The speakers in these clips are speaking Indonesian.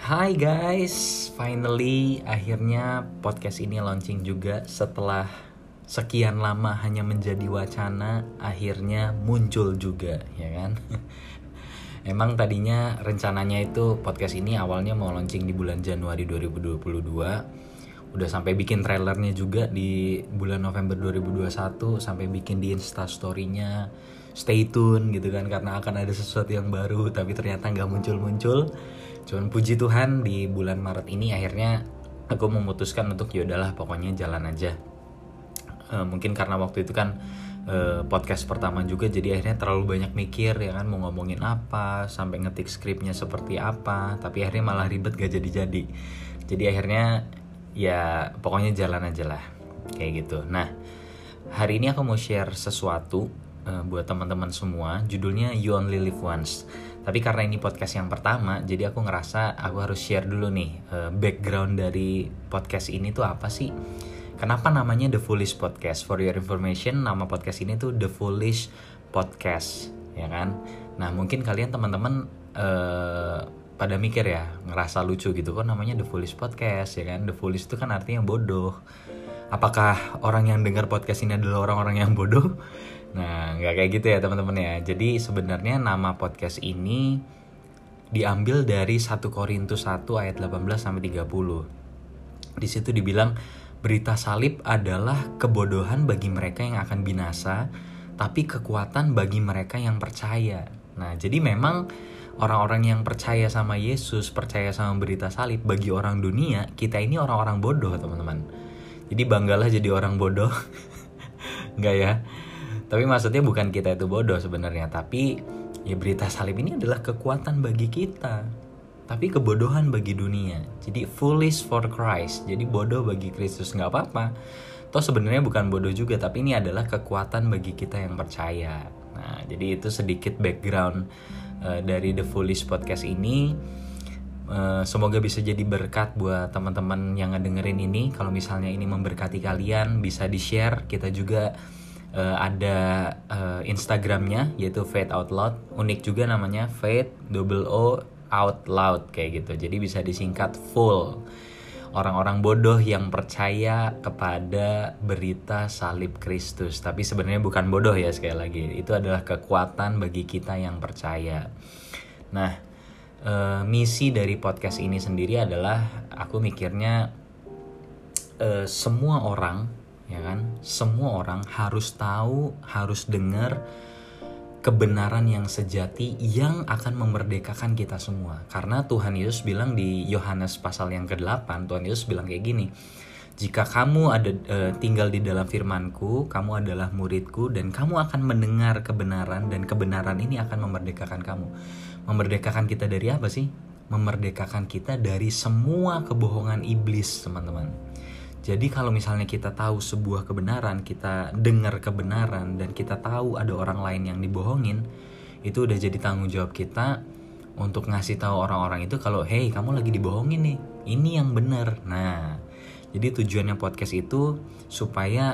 Hai guys, finally akhirnya podcast ini launching juga setelah sekian lama hanya menjadi wacana, akhirnya muncul juga, ya kan? Emang tadinya rencananya itu podcast ini awalnya mau launching di bulan Januari 2022. Udah sampai bikin trailernya juga di bulan November 2021, sampai bikin di Instastory-nya. Stay tune gitu kan, karena akan ada sesuatu yang baru, tapi ternyata nggak muncul-muncul. Cuman puji Tuhan di bulan Maret ini akhirnya aku memutuskan untuk yaudahlah pokoknya jalan aja. Mungkin karena waktu itu kan podcast pertama juga, jadi akhirnya terlalu banyak mikir ya kan, mau ngomongin apa, sampai ngetik skripnya seperti apa, tapi akhirnya malah ribet gak jadi-jadi. Jadi akhirnya ya pokoknya jalan aja lah kayak gitu. Nah, hari ini aku mau share sesuatu buat teman-teman semua, judulnya You Only Live Once. Tapi karena ini podcast yang pertama, jadi aku ngerasa aku harus share dulu nih background dari podcast ini tuh apa sih. Kenapa namanya The Foolish Podcast? For your information, nama podcast ini tuh The Foolish Podcast, ya kan? Nah, mungkin kalian teman-teman pada mikir ya, ngerasa lucu gitu, kok namanya The Foolish Podcast, ya kan? The Foolish itu kan artinya bodoh. Apakah orang yang dengar podcast ini adalah orang-orang yang bodoh? Nah, nggak kayak gitu ya teman-teman ya. Jadi sebenarnya nama podcast ini diambil dari 1 Korintus 1 ayat 18-30. Di situ dibilang, berita salib adalah kebodohan bagi mereka yang akan binasa, tapi kekuatan bagi mereka yang percaya. Nah, jadi memang orang-orang yang percaya sama Yesus, percaya sama berita salib, bagi orang dunia, kita ini orang-orang bodoh, teman-teman. Jadi banggalah jadi orang bodoh. Enggak ya. Tapi maksudnya bukan kita itu bodoh sebenarnya, tapi ya berita salib ini adalah kekuatan bagi kita, tapi kebodohan bagi dunia. Jadi foolish for Christ, jadi bodoh bagi Kristus, nggak apa-apa. Toh sebenarnya bukan bodoh juga, tapi ini adalah kekuatan bagi kita yang percaya. Nah, jadi itu sedikit background dari The Foolish Podcast ini. Semoga bisa jadi berkat buat teman-teman yang ngedengerin ini. Kalau misalnya ini memberkati kalian, bisa di-share. Kita juga ada Instagramnya, yaitu Faith Out Loud. Unik juga namanya, Faith O Out Loud kayak gitu. Jadi bisa disingkat full. Orang-orang bodoh yang percaya kepada berita salib Kristus. Tapi sebenarnya bukan bodoh ya, sekali lagi. Itu adalah kekuatan bagi kita yang percaya. Nah, misi dari podcast ini sendiri adalah, aku mikirnya semua orang, ya kan, semua orang harus tahu, harus dengar kebenaran yang sejati yang akan memerdekakan kita semua. Karena Tuhan Yesus bilang di Yohanes pasal yang ke-8, Tuhan Yesus bilang kayak gini, jika kamu tinggal di dalam firman-Ku, kamu adalah murid-Ku, dan kamu akan mendengar kebenaran, dan kebenaran ini akan memerdekakan kamu. Memerdekakan kita dari apa sih? Memerdekakan kita dari semua kebohongan iblis, teman-teman. Jadi kalau misalnya kita tahu sebuah kebenaran, kita dengar kebenaran, dan kita tahu ada orang lain yang dibohongin, itu udah jadi tanggung jawab kita untuk ngasih tahu orang-orang itu kalau, hey, kamu lagi dibohongin nih, ini yang benar. Nah, jadi tujuannya podcast itu supaya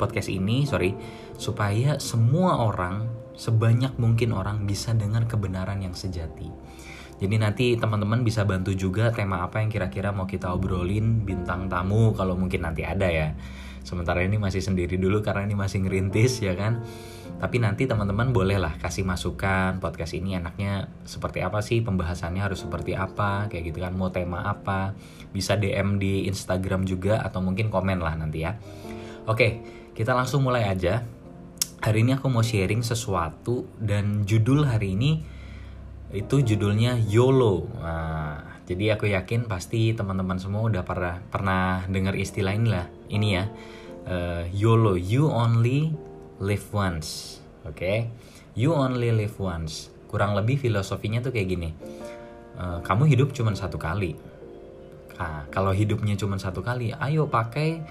supaya semua orang, sebanyak mungkin orang bisa dengar kebenaran yang sejati. Jadi nanti teman-teman bisa bantu juga tema apa yang kira-kira mau kita obrolin, bintang tamu kalau mungkin nanti ada ya. Sementara ini masih sendiri dulu karena ini masih ngerintis, ya kan. Tapi nanti teman-teman bolehlah kasih masukan, podcast ini enaknya seperti apa sih, pembahasannya harus seperti apa, kayak gitu kan, mau tema apa. Bisa DM di Instagram juga atau mungkin komen lah nanti ya. Oke, kita langsung mulai aja. Hari ini aku mau sharing sesuatu, dan judul hari ini itu judulnya YOLO. Nah, jadi aku yakin pasti teman-teman semua udah pernah dengar istilah ini ya. YOLO, you only live once. Oke? You only live once. Kurang lebih filosofinya tuh kayak gini. Kamu hidup cuma satu kali. Nah, kalau hidupnya cuma satu kali, ayo pakai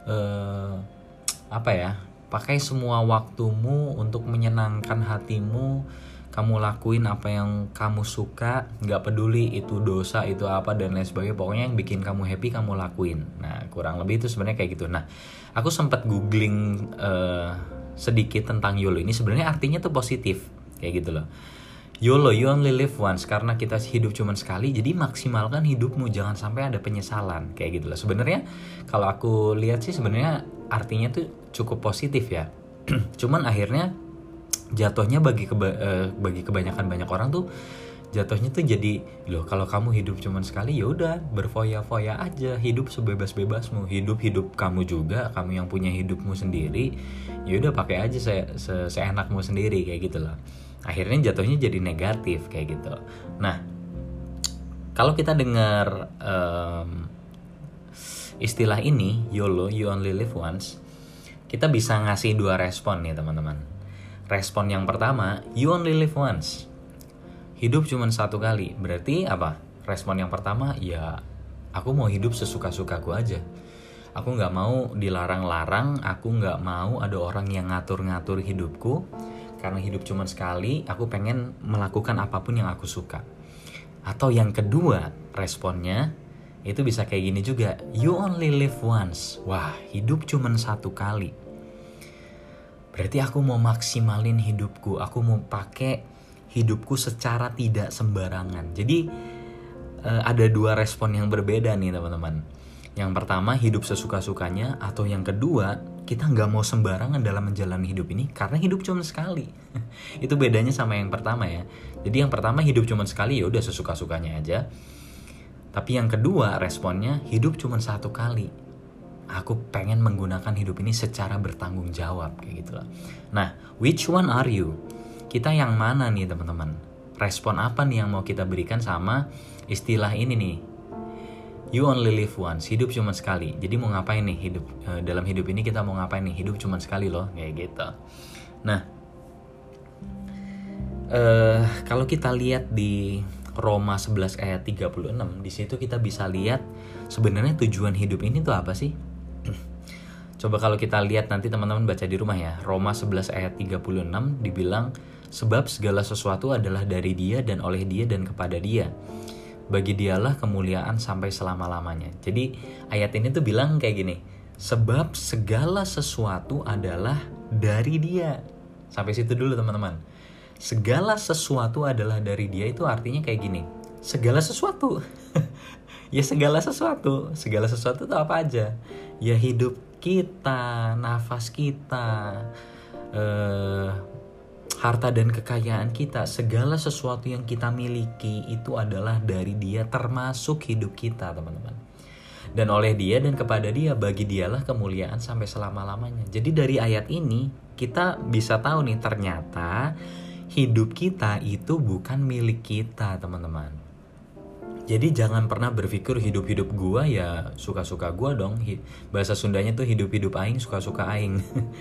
pakai semua waktumu untuk menyenangkan hatimu. Kamu lakuin apa yang kamu suka, gak peduli itu dosa, itu apa, dan lain sebagainya. Pokoknya yang bikin kamu happy, kamu lakuin. Nah, kurang lebih itu sebenarnya kayak gitu. Nah, aku sempat googling sedikit tentang YOLO ini. Sebenarnya artinya tuh positif, kayak gitu loh. YOLO, you only live once. Karena kita hidup cuma sekali, jadi maksimalkan hidupmu, jangan sampai ada penyesalan kayak gitu lah. Sebenarnya kalau aku lihat sih sebenarnya artinya tuh cukup positif ya. Cuman akhirnya jatuhnya bagi kebanyakan banyak orang tuh jatuhnya tuh jadi, loh kalau kamu hidup cuma sekali ya udah berfoya-foya aja, hidup sebebas-bebasmu, hidup kamu juga, kamu yang punya hidupmu sendiri, ya udah pakai aja seenakmu sendiri kayak gitu loh. Akhirnya jatuhnya jadi negatif kayak gitu. Nah, kalau kita dengar istilah ini, YOLO, you only live once, kita bisa ngasih 2 respon nih teman-teman. Respon yang pertama, you only live once. Hidup cuma 1 kali. Berarti apa? Respon yang pertama, ya aku mau hidup sesuka-sukaku aja. Aku gak mau dilarang-larang, aku gak mau ada orang yang ngatur-ngatur hidupku. Karena hidup cuma sekali, aku pengen melakukan apapun yang aku suka. Atau yang kedua, responnya itu bisa kayak gini juga. You only live once. Wah, hidup cuma 1 kali. Berarti aku mau maksimalin hidupku. Aku mau pakai hidupku secara tidak sembarangan. Jadi ada 2 respon yang berbeda nih teman-teman. Yang pertama, hidup sesuka-sukanya. Atau yang kedua, kita gak mau sembarangan dalam menjalani hidup ini karena hidup cuma sekali. Itu bedanya sama yang pertama ya. Jadi yang pertama hidup cuma sekali, ya udah sesuka-sukanya aja. Tapi yang kedua responnya, hidup cuma 1 kali. Aku pengen menggunakan hidup ini secara bertanggung jawab kayak gitu lah. Nah, which one are you? Kita yang mana nih teman-teman? Respon apa nih yang mau kita berikan sama istilah ini nih? You only live once, hidup cuma sekali. Jadi mau ngapain nih dalam hidup ini, kita mau ngapain nih? Hidup cuma sekali loh, kayak gitu. Nah, kalau kita lihat di Roma 11 ayat 36, di situ kita bisa lihat sebenarnya tujuan hidup ini tuh apa sih? Coba kalau kita lihat nanti teman-teman baca di rumah ya. Roma 11 ayat 36 dibilang, sebab segala sesuatu adalah dari Dia dan oleh Dia dan kepada Dia. Bagi Dialah kemuliaan sampai selama-lamanya. Jadi ayat ini tuh bilang kayak gini, sebab segala sesuatu adalah dari Dia. Sampai situ dulu teman-teman. Segala sesuatu adalah dari Dia itu artinya kayak gini, segala sesuatu. Ya segala sesuatu. Segala sesuatu itu apa aja? Ya hidup kita, nafas kita, harta dan kekayaan kita, segala sesuatu yang kita miliki itu adalah dari Dia, termasuk hidup kita teman-teman. Dan oleh Dia dan kepada Dia, bagi Dialah kemuliaan sampai selama-lamanya. Jadi dari ayat ini kita bisa tahu nih, ternyata hidup kita itu bukan milik kita teman-teman. Jadi jangan pernah berpikir hidup-hidup gua ya suka-suka gua dong. Bahasa Sundanya tuh hidup-hidup aing, suka-suka aing.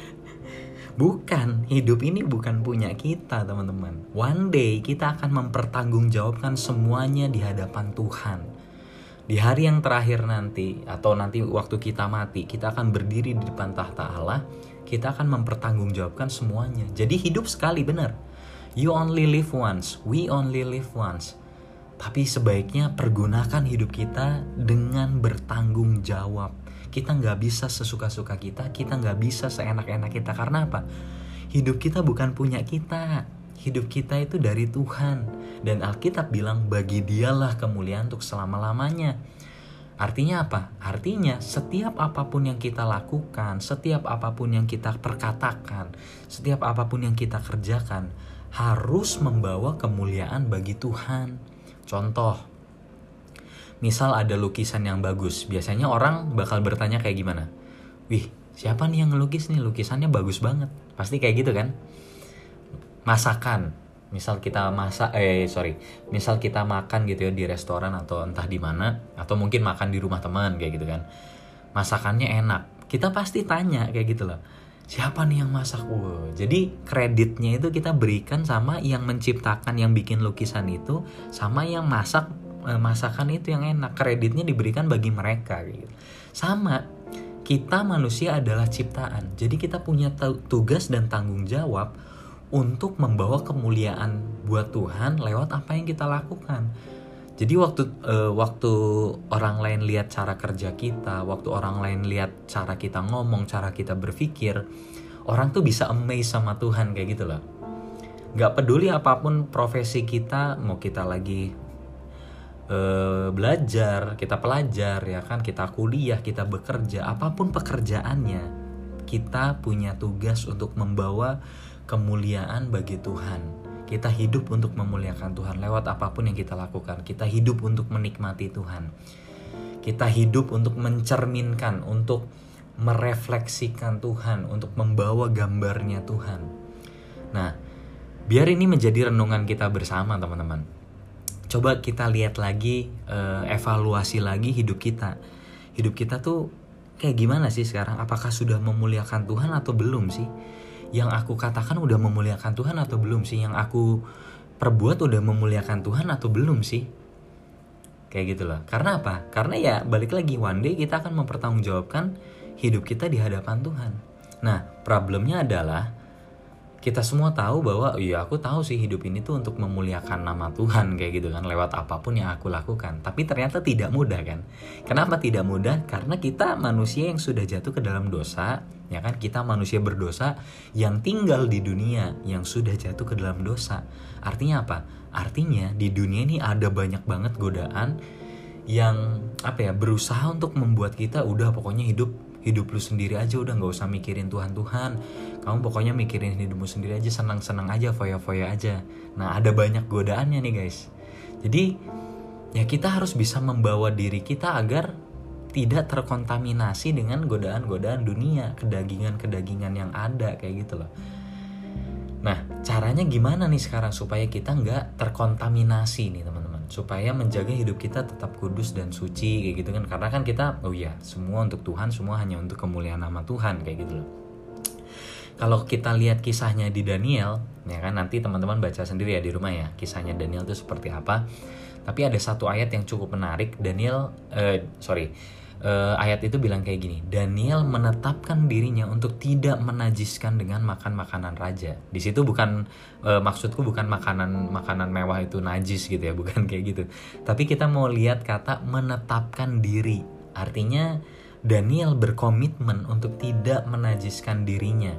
Bukan, hidup ini bukan punya kita teman-teman. One day kita akan mempertanggungjawabkan semuanya di hadapan Tuhan. Di hari yang terakhir nanti, atau nanti waktu kita mati, kita akan berdiri di depan tahta Allah. Kita akan mempertanggungjawabkan semuanya. Jadi hidup sekali, benar. You only live once, we only live once. Tapi sebaiknya pergunakan hidup kita dengan bertanggung jawab. Kita gak bisa sesuka-suka kita gak bisa seenak-enak kita. Karena apa? Hidup kita bukan punya kita. Hidup kita itu dari Tuhan. Dan Alkitab bilang bagi Dialah kemuliaan untuk selama-lamanya. Artinya apa? Artinya setiap apapun yang kita lakukan, setiap apapun yang kita perkatakan, setiap apapun yang kita kerjakan harus membawa kemuliaan bagi Tuhan. Contoh, misal ada lukisan yang bagus, biasanya orang bakal bertanya kayak gimana? Wih, siapa nih yang ngelukis nih? Lukisannya bagus banget. Pasti kayak gitu kan? Masakan, misal kita misal kita makan gitu ya di restoran atau entah di mana, atau mungkin makan di rumah teman kayak gitu kan. Masakannya enak, kita pasti tanya kayak gitu loh. Siapa nih yang masak? Jadi kreditnya itu kita berikan sama yang menciptakan, yang bikin lukisan itu, sama yang masak masakan itu yang enak. Kreditnya diberikan bagi mereka gitu. Sama, kita manusia adalah ciptaan. Jadi kita punya tugas dan tanggung jawab untuk membawa kemuliaan buat Tuhan lewat apa yang kita lakukan. Jadi waktu orang lain lihat cara kerja kita, waktu orang lain lihat cara kita ngomong, cara kita berpikir, orang tuh bisa amazed sama Tuhan kayak gitu loh. Gak peduli apapun profesi kita, mau kita lagi belajar, kita pelajar ya kan, kita kuliah, kita bekerja, apapun pekerjaannya, kita punya tugas untuk membawa kemuliaan bagi Tuhan. Kita hidup untuk memuliakan Tuhan lewat apapun yang kita lakukan. Kita hidup untuk menikmati Tuhan. Kita hidup untuk mencerminkan, untuk merefleksikan Tuhan, untuk membawa gambarnya Tuhan. Nah, biar ini menjadi renungan kita bersama, teman-teman. Coba kita lihat lagi, evaluasi lagi hidup kita. Hidup kita tuh kayak gimana sih sekarang? Apakah sudah memuliakan Tuhan atau belum sih? Yang aku katakan udah memuliakan Tuhan atau belum sih? Yang aku perbuat udah memuliakan Tuhan atau belum sih? Kayak gitu loh. Karena apa? Karena ya balik lagi, one day kita akan mempertanggungjawabkan hidup kita di hadapan Tuhan. Nah, problemnya adalah kita semua tahu bahwa iya aku tahu sih hidup ini tuh untuk memuliakan nama Tuhan kayak gitu kan, lewat apapun yang aku lakukan. Tapi ternyata tidak mudah kan. Kenapa tidak mudah? Karena kita manusia yang sudah jatuh ke dalam dosa, ya kan? Kita manusia berdosa yang tinggal di dunia yang sudah jatuh ke dalam dosa. Artinya apa? Artinya di dunia ini ada banyak banget godaan yang berusaha untuk membuat kita udah pokoknya hidup lu sendiri aja, udah gak usah mikirin Tuhan. Kamu pokoknya mikirin hidupmu sendiri aja, senang-senang aja, foya-foya aja. Nah, ada banyak godaannya nih guys. Jadi ya kita harus bisa membawa diri kita agar tidak terkontaminasi dengan godaan-godaan dunia, kedagingan-kedagingan yang ada kayak gitu loh. Nah, caranya gimana nih sekarang supaya kita gak terkontaminasi nih teman-teman, supaya menjaga hidup kita tetap kudus dan suci kayak gitu kan. Karena kan kita semua untuk Tuhan, semua hanya untuk kemuliaan nama Tuhan kayak gitu loh. Kalau kita lihat kisahnya di Daniel, ya kan, nanti teman-teman baca sendiri ya di rumah ya, kisahnya Daniel itu seperti apa. Tapi ada satu ayat yang cukup menarik. Ayat itu bilang kayak gini, Daniel menetapkan dirinya untuk tidak menajiskan dengan makan makanan raja. Di situ bukan maksudku bukan makanan mewah itu najis gitu ya, bukan kayak gitu. Tapi kita mau lihat kata menetapkan diri. Artinya Daniel berkomitmen untuk tidak menajiskan dirinya.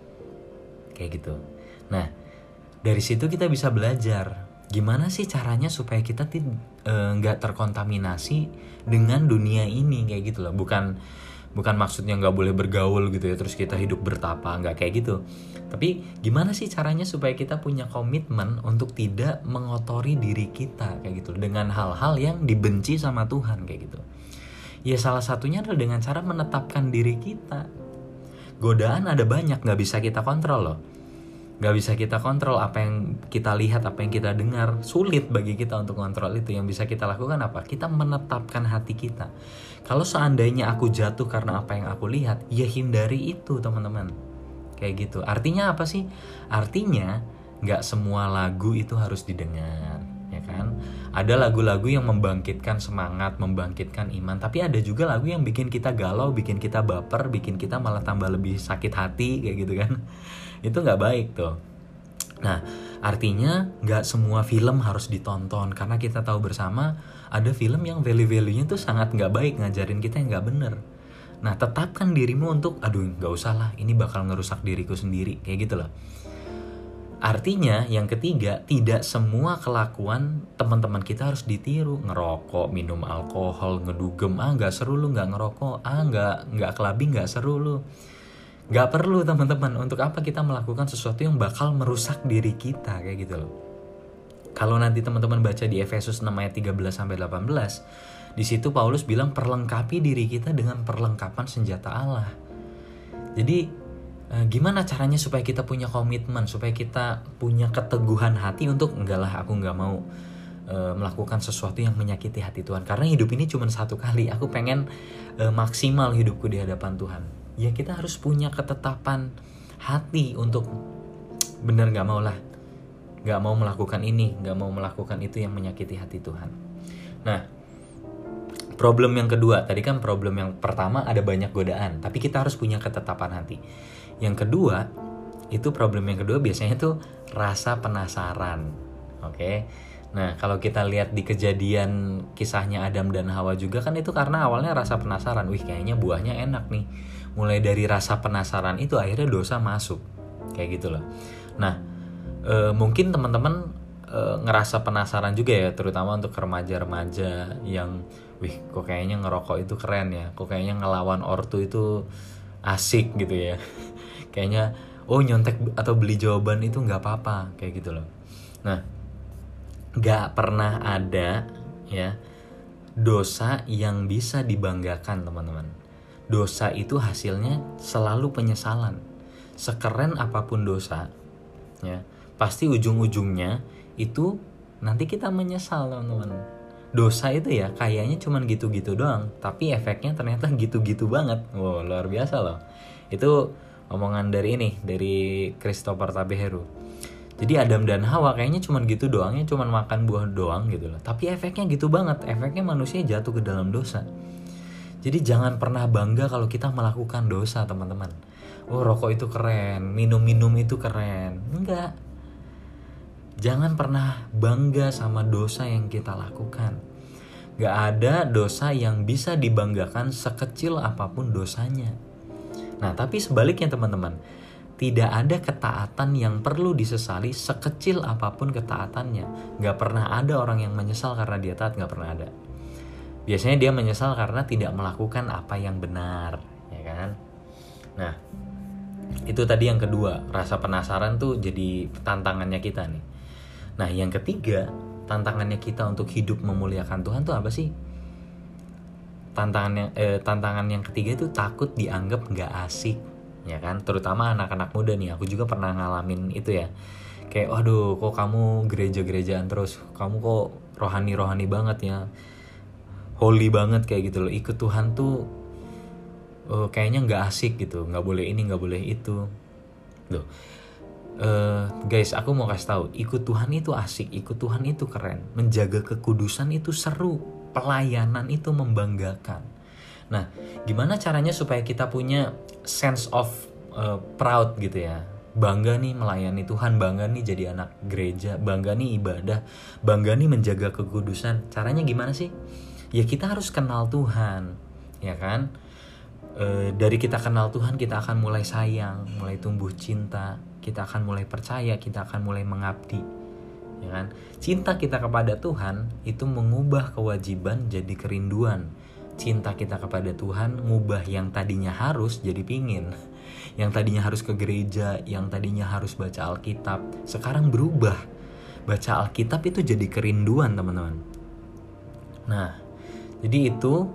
Kayak gitu. Nah, dari situ kita bisa belajar gimana sih caranya supaya kita nggak terkontaminasi dengan dunia ini kayak gitu loh. Bukan maksudnya nggak boleh bergaul gitu ya terus kita hidup bertapa, nggak kayak gitu. Tapi gimana sih caranya supaya kita punya komitmen untuk tidak mengotori diri kita kayak gitu dengan hal-hal yang dibenci sama Tuhan kayak gitu. Ya salah satunya adalah dengan cara menetapkan diri kita. Godaan ada banyak, nggak bisa kita kontrol loh. Gak bisa kita kontrol apa yang kita lihat, apa yang kita dengar. Sulit bagi kita untuk kontrol itu. Yang bisa kita lakukan apa? Kita menetapkan hati kita. Kalau seandainya aku jatuh karena apa yang aku lihat, ya hindari itu teman-teman. Kayak gitu. Artinya apa sih? Artinya gak semua lagu itu harus didengar, ya kan? Ada lagu-lagu yang membangkitkan semangat, membangkitkan iman. Tapi ada juga lagu yang bikin kita galau, bikin kita baper, bikin kita malah tambah lebih sakit hati kayak gitu kan. Itu gak baik tuh. Nah, artinya gak semua film harus ditonton. Karena kita tahu bersama ada film yang value-value-nya tuh sangat gak baik, ngajarin kita yang gak bener. Nah, tetapkan dirimu untuk gak usah lah, ini bakal ngerusak diriku sendiri, kayak gitu loh. Artinya yang ketiga, tidak semua kelakuan teman-teman kita harus ditiru. Ngerokok, minum alkohol, ngedugem, gak seru lu gak ngerokok, gak kelabing, gak seru lu. Gak perlu teman-teman. Untuk apa kita melakukan sesuatu yang bakal merusak diri kita kayak gitu loh. Kalau nanti teman-teman baca di Efesus 6 ayat 13-18, di situ Paulus bilang perlengkapi diri kita dengan perlengkapan senjata Allah. Jadi gimana caranya supaya kita punya komitmen, supaya kita punya keteguhan hati untuk enggak lah, aku enggak mau melakukan sesuatu yang menyakiti hati Tuhan. Karena hidup ini cuma satu kali. Aku pengen maksimal hidupku di hadapan Tuhan. Ya kita harus punya ketetapan hati untuk bener gak mau lah, gak mau melakukan ini, gak mau melakukan itu yang menyakiti hati Tuhan. Nah, problem yang kedua, tadi kan problem yang pertama ada banyak godaan, tapi kita harus punya ketetapan hati. Yang kedua, itu problem yang kedua biasanya tuh rasa penasaran. Oke. Nah, kalau kita lihat di kejadian kisahnya Adam dan Hawa juga kan itu karena awalnya rasa penasaran. Wih, kayaknya buahnya enak nih. Mulai dari rasa penasaran itu akhirnya dosa masuk. Kayak gitu loh. Nah, Mungkin teman-teman ngerasa penasaran juga ya, terutama untuk remaja-remaja yang wih kok kayaknya ngerokok itu keren ya, kok kayaknya ngelawan ortu itu asik gitu ya. Kayaknya nyontek atau beli jawaban itu nggak apa-apa kayak gitu loh. Nah, nggak pernah ada ya dosa yang bisa dibanggakan teman-teman. Dosa itu hasilnya selalu penyesalan. Sekeren apapun dosa ya, pasti ujung-ujungnya itu nanti kita menyesal teman-teman. Dosa itu ya kayaknya cuman gitu-gitu doang, tapi efeknya ternyata gitu-gitu banget. Wow, luar biasa loh. Itu omongan dari Christopher Tabeheru. Jadi Adam dan Hawa kayaknya cuman gitu doangnya, cuman makan buah doang gitu loh. Tapi efeknya gitu banget, efeknya manusia jatuh ke dalam dosa. Jadi jangan pernah bangga kalau kita melakukan dosa teman-teman. Rokok itu keren, minum-minum itu keren. Enggak. Jangan pernah bangga sama dosa yang kita lakukan. Gak ada dosa yang bisa dibanggakan sekecil apapun dosanya. Nah, tapi sebaliknya teman-teman, tidak ada ketaatan yang perlu disesali sekecil apapun ketaatannya. Gak pernah ada orang yang menyesal karena dia taat, gak pernah ada. Biasanya dia menyesal karena tidak melakukan apa yang benar, ya kan? Nah, itu tadi yang kedua, rasa penasaran tuh jadi tantangannya kita nih. Nah, yang ketiga, tantangannya kita untuk hidup memuliakan Tuhan tuh apa sih? Tantangan yang ketiga itu takut dianggap nggak asik, ya kan? Terutama anak-anak muda nih, aku juga pernah ngalamin itu ya. Kayak, waduh, kok kamu gereja-gerejaan terus? Kamu kok rohani-rohani banget ya? Holy banget kayak gitu loh. Ikut Tuhan tuh kayaknya nggak asik gitu, nggak boleh ini, nggak boleh itu. Loh. Guys, aku mau kasih tahu, ikut Tuhan itu asik, ikut Tuhan itu keren, menjaga kekudusan itu seru, pelayanan itu membanggakan. Nah, gimana caranya supaya kita punya sense of proud gitu ya, bangga nih melayani Tuhan, bangga nih jadi anak gereja, bangga nih ibadah, bangga nih menjaga kekudusan. Caranya gimana sih? Ya kita harus kenal Tuhan, ya kan? Dari kita kenal Tuhan, kita akan mulai sayang, mulai tumbuh cinta, kita akan mulai percaya, kita akan mulai mengabdi, ya kan? Cinta kita kepada Tuhan itu mengubah kewajiban jadi kerinduan. Cinta kita kepada Tuhan ngubah yang tadinya harus jadi pingin, yang tadinya harus ke gereja, yang tadinya harus baca Alkitab, sekarang berubah. Baca Alkitab itu jadi kerinduan teman-teman. Nah, jadi itu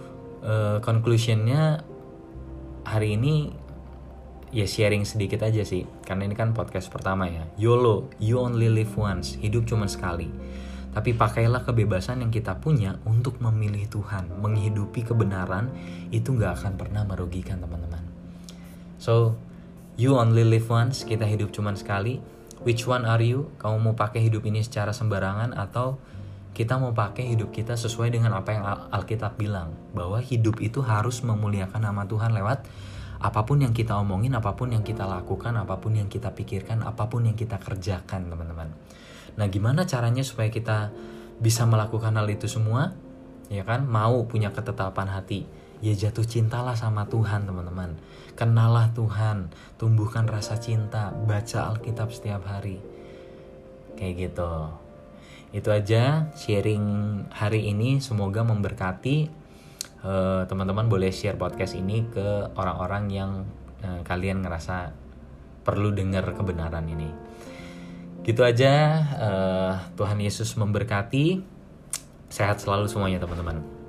conclusionnya hari ini ya, sharing sedikit aja sih, karena ini kan podcast pertama ya. YOLO, you only live once, hidup cuma sekali. Tapi pakailah kebebasan yang kita punya untuk memilih Tuhan, menghidupi kebenaran, itu gak akan pernah merugikan teman-teman. So, you only live once, kita hidup cuma sekali. Which one are you? Kamu mau pakai hidup ini secara sembarangan, atau kita mau pakai hidup kita sesuai dengan apa yang Alkitab bilang, bahwa hidup itu harus memuliakan nama Tuhan lewat apapun yang kita omongin, apapun yang kita lakukan, apapun yang kita pikirkan, apapun yang kita kerjakan teman-teman. Nah, gimana caranya supaya kita bisa melakukan hal itu semua? Ya kan, mau punya ketetapan hati, ya jatuh cintalah sama Tuhan teman-teman. Kenalah Tuhan, tumbuhkan rasa cinta, baca Alkitab setiap hari. Kayak gitu. Itu aja sharing hari ini, semoga memberkati. Teman-teman boleh share podcast ini ke orang-orang yang kalian ngerasa perlu dengar kebenaran ini. Gitu aja. Tuhan Yesus memberkati. Sehat selalu semuanya teman-teman.